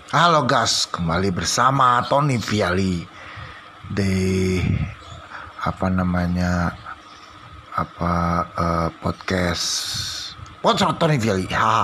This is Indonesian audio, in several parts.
Halo guys, kembali bersama Tony Viali di podcast Tony Viali.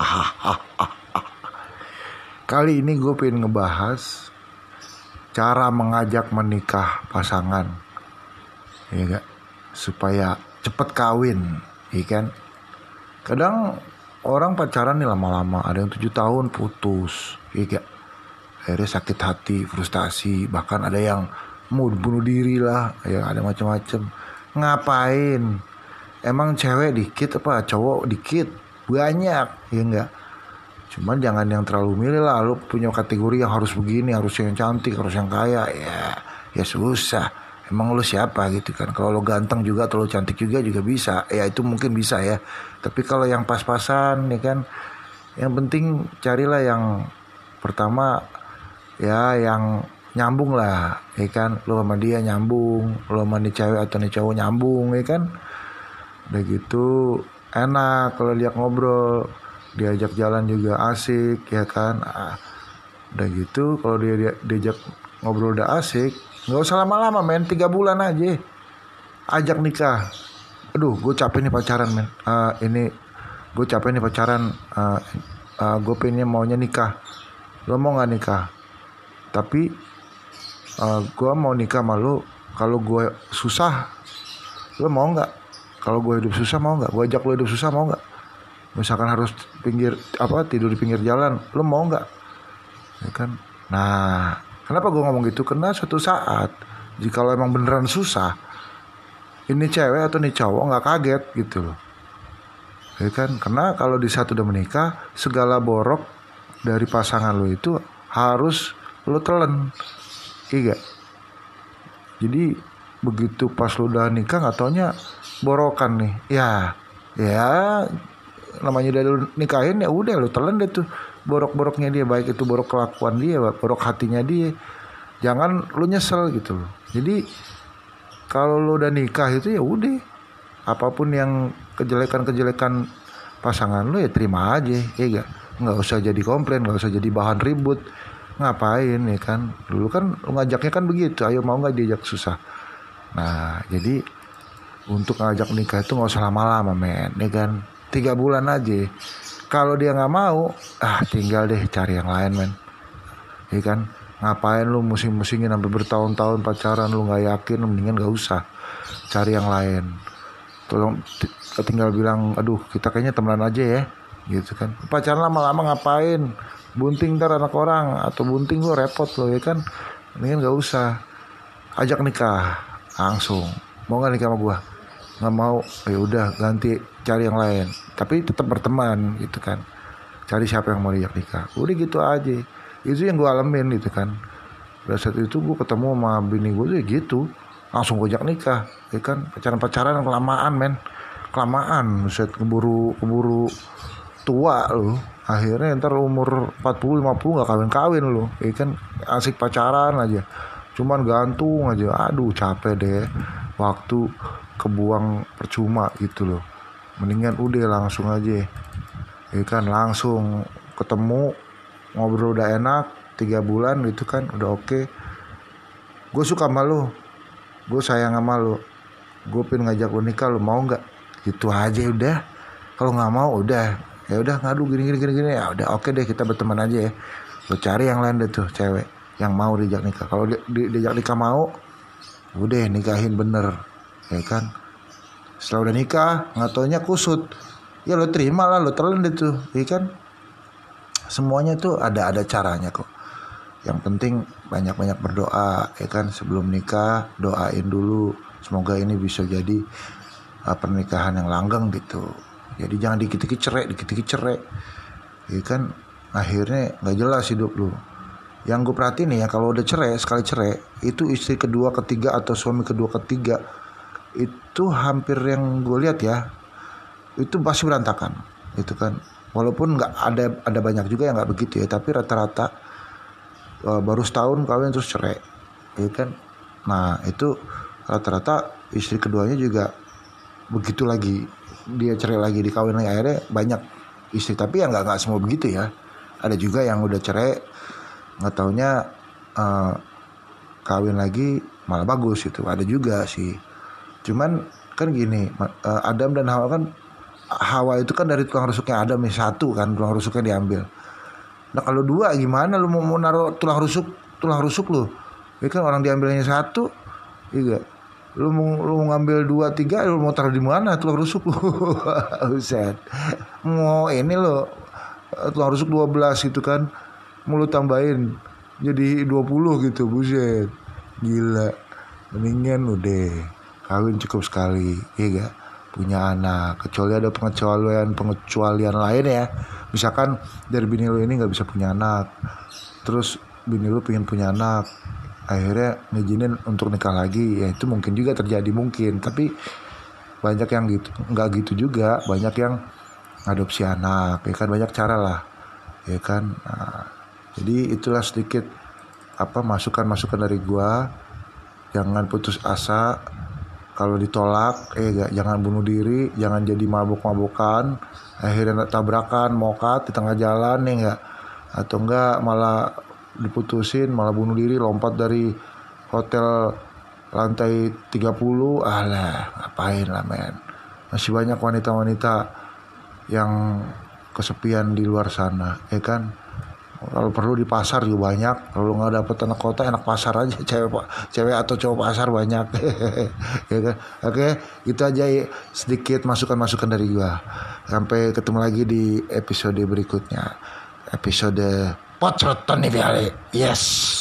Kali ini gue pengen ngebahas cara mengajak menikah pasangan, ya gak? Supaya cepet kawin, ya kan? Kadang orang pacaran nih lama-lama, ada yang 7 tahun putus, ya gak? Akhirnya sakit hati, frustasi, bahkan ada yang mau bunuh diri lah, ya ada macam-macam. Ngapain? Emang cewek dikit apa cowok dikit? Banyak, ya enggak? Cuman jangan yang terlalu milih lah. Lu punya kategori yang harus begini, harus yang cantik, harus yang kaya, ya susah. Emang lu siapa gitu kan? Kalau lu ganteng juga atau lu cantik juga bisa. Ya itu mungkin bisa ya. Tapi kalau yang pas-pasan, ya kan, yang penting carilah yang pertama, ya yang nyambung lah, ya kan. Lo sama dia nyambung, lo sama nih cewek atau nih cowok nyambung, ya kan. Udah gitu enak kalau lihat ngobrol, diajak jalan juga asik, ya kan. Udah gitu kalau diajak ngobrol udah asik, nggak usah lama-lama men, 3 bulan aja ajak nikah. Aduh, gue capek nih pacaran men. Gue capek nih pacaran. Gue pengennya maunya nikah. Lo mau nggak nikah? Tapi gue mau nikah sama lo kalau gue susah. Lo mau nggak? Kalau gue hidup susah mau nggak? Gue ajak lo hidup susah mau nggak? Misalkan harus tidur di pinggir jalan, lo mau nggak? Ya kan? Nah, kenapa gue ngomong gitu? Karena suatu saat jika lo emang beneran susah, ini cewek atau nih cowok nggak kaget gitu loh. Ya kan? Karena kalau di saat udah menikah, segala borok dari pasangan lo itu harus lo telan, iya. Jadi begitu pas lo udah nikah nggak taunya borokan nih, ya namanya udah lo nikahin ya udah lo telan deh tuh borok-boroknya dia, baik itu borok kelakuan dia, borok hatinya dia. Jangan lo nyesel gitu loh. Jadi kalau lo udah nikah itu ya udah, apapun yang kejelekan pasangan lo ya terima aja, ya nggak usah jadi komplain, nggak usah jadi bahan ribut. Ngapain ya kan? Dulu kan ngajaknya kan begitu, ayo mau nggak diajak susah. Nah jadi untuk ngajak nikah itu nggak usah lama-lama men, ya kan? 3 bulan aja. Kalau dia nggak mau, tinggal deh cari yang lain men, ya kan? Ngapain lu musing-musingin sampai bertahun-tahun pacaran lu nggak yakin, mendingan nggak usah, cari yang lain. Tolong tinggal bilang, aduh kita kayaknya temenan aja ya, gitu kan? Pacaran lama-lama ngapain? Bunting ntar anak orang, atau bunting lo repot lo, ya kan. Mendingan gak usah, ajak nikah langsung. Mau gak nikah sama gue? Gak mau, ya udah ganti cari yang lain, tapi tetap berteman gitu kan. Cari siapa yang mau diajak nikah, udah gitu aja. Itu yang gue alamin gitu kan. Pada saat itu gue ketemu sama bini gue tuh gitu, langsung gue ajak nikah, ya kan. Pacaran kelamaan men, kelamaan, set keburu tua lo. Akhirnya ntar umur 40-50 gak kawin lo, ya kan. Asik pacaran aja, cuman gantung aja. Aduh capek deh, waktu kebuang percuma gitu loh. Mendingan udah langsung aja, ya kan. Langsung ketemu, ngobrol udah enak, 3 bulan gitu kan, udah oke. Gue suka sama lo, gue sayang sama lo, gue pengen ngajak lo nikah, lo mau nggak? Gitu aja udah. Kalau nggak mau udah, ya udah ngadu gini ya udah oke deh, kita berteman aja ya. Lo cari yang lain deh tuh cewek yang mau diajak nikah. Kalau diajak nikah mau, udah nikahin bener, ya kan. Setelah udah nikah nggak taunya kusut, ya lo terima lah, lo telan deh tuh, ya kan. Semuanya tuh ada caranya kok. Yang penting banyak-banyak berdoa, ya kan. Sebelum nikah doain dulu, semoga ini bisa jadi pernikahan yang langgeng gitu. Jadi jangan dikit-dikit cerai, ya kan. Akhirnya nggak jelas hidup lu. Yang gue perhatiin nih ya, kalau udah sekali cerai, itu istri kedua, ketiga atau suami kedua, ketiga itu hampir yang gue lihat ya, itu pasti berantakan, itu kan. Walaupun nggak ada banyak juga yang nggak begitu ya, tapi rata-rata baru setahun kawin terus cerai, ya kan. Nah itu rata-rata istri keduanya juga begitu lagi, dia cerai lagi, dikawin lagi. Akhirnya banyak istri, tapi ya nggak semua begitu ya. Ada juga yang udah cerai nggak taunya kawin lagi malah bagus gitu. Ada juga sih, cuman kan gini, Adam dan Hawa kan, Hawa itu kan dari tulang rusuknya Adam nih, satu kan tulang rusuknya diambil. Nah kalau dua gimana lu mau naruh tulang rusuk lu, ya kan orang diambilnya satu, iya. Lu mau ngambil 2, 3, lu mau taruh di mana tulang rusuk lu? Buset. Mau ini lo tulang rusuk 12 gitu kan, mau lu tambahin jadi 20 gitu, buset. Gila. Mendingan udah kawin cukup sekali, iya gak? Punya anak, kecuali ada pengecualian lain ya. Misalkan dari bini lu ini nggak bisa punya anak, terus bini lu pengen punya anak, akhirnya ngizinin untuk nikah lagi, ya itu mungkin juga terjadi mungkin. Tapi banyak yang gitu, nggak gitu juga, banyak yang adopsi anak, ya kan, banyak cara lah, ya kan. Nah, jadi itulah sedikit masukan dari gua. Jangan putus asa. Kalau ditolak, jangan bunuh diri, jangan jadi mabuk-mabukan, akhirnya tabrakan, mokat di tengah jalan, ya enggak, atau enggak malah diputusin, malah bunuh diri, lompat dari hotel lantai 30, alah, ngapain lah men. Masih banyak wanita-wanita yang kesepian di luar sana, ya kan. Kalau perlu di pasar juga banyak. Kalau nggak dapet anak kota, enak pasar aja, cewek atau cowok pasar banyak. Ya kan? Oke, itu aja sedikit masukan-masukan dari gua. Sampai ketemu lagi di episode berikutnya. Episode Potroton nih, yes.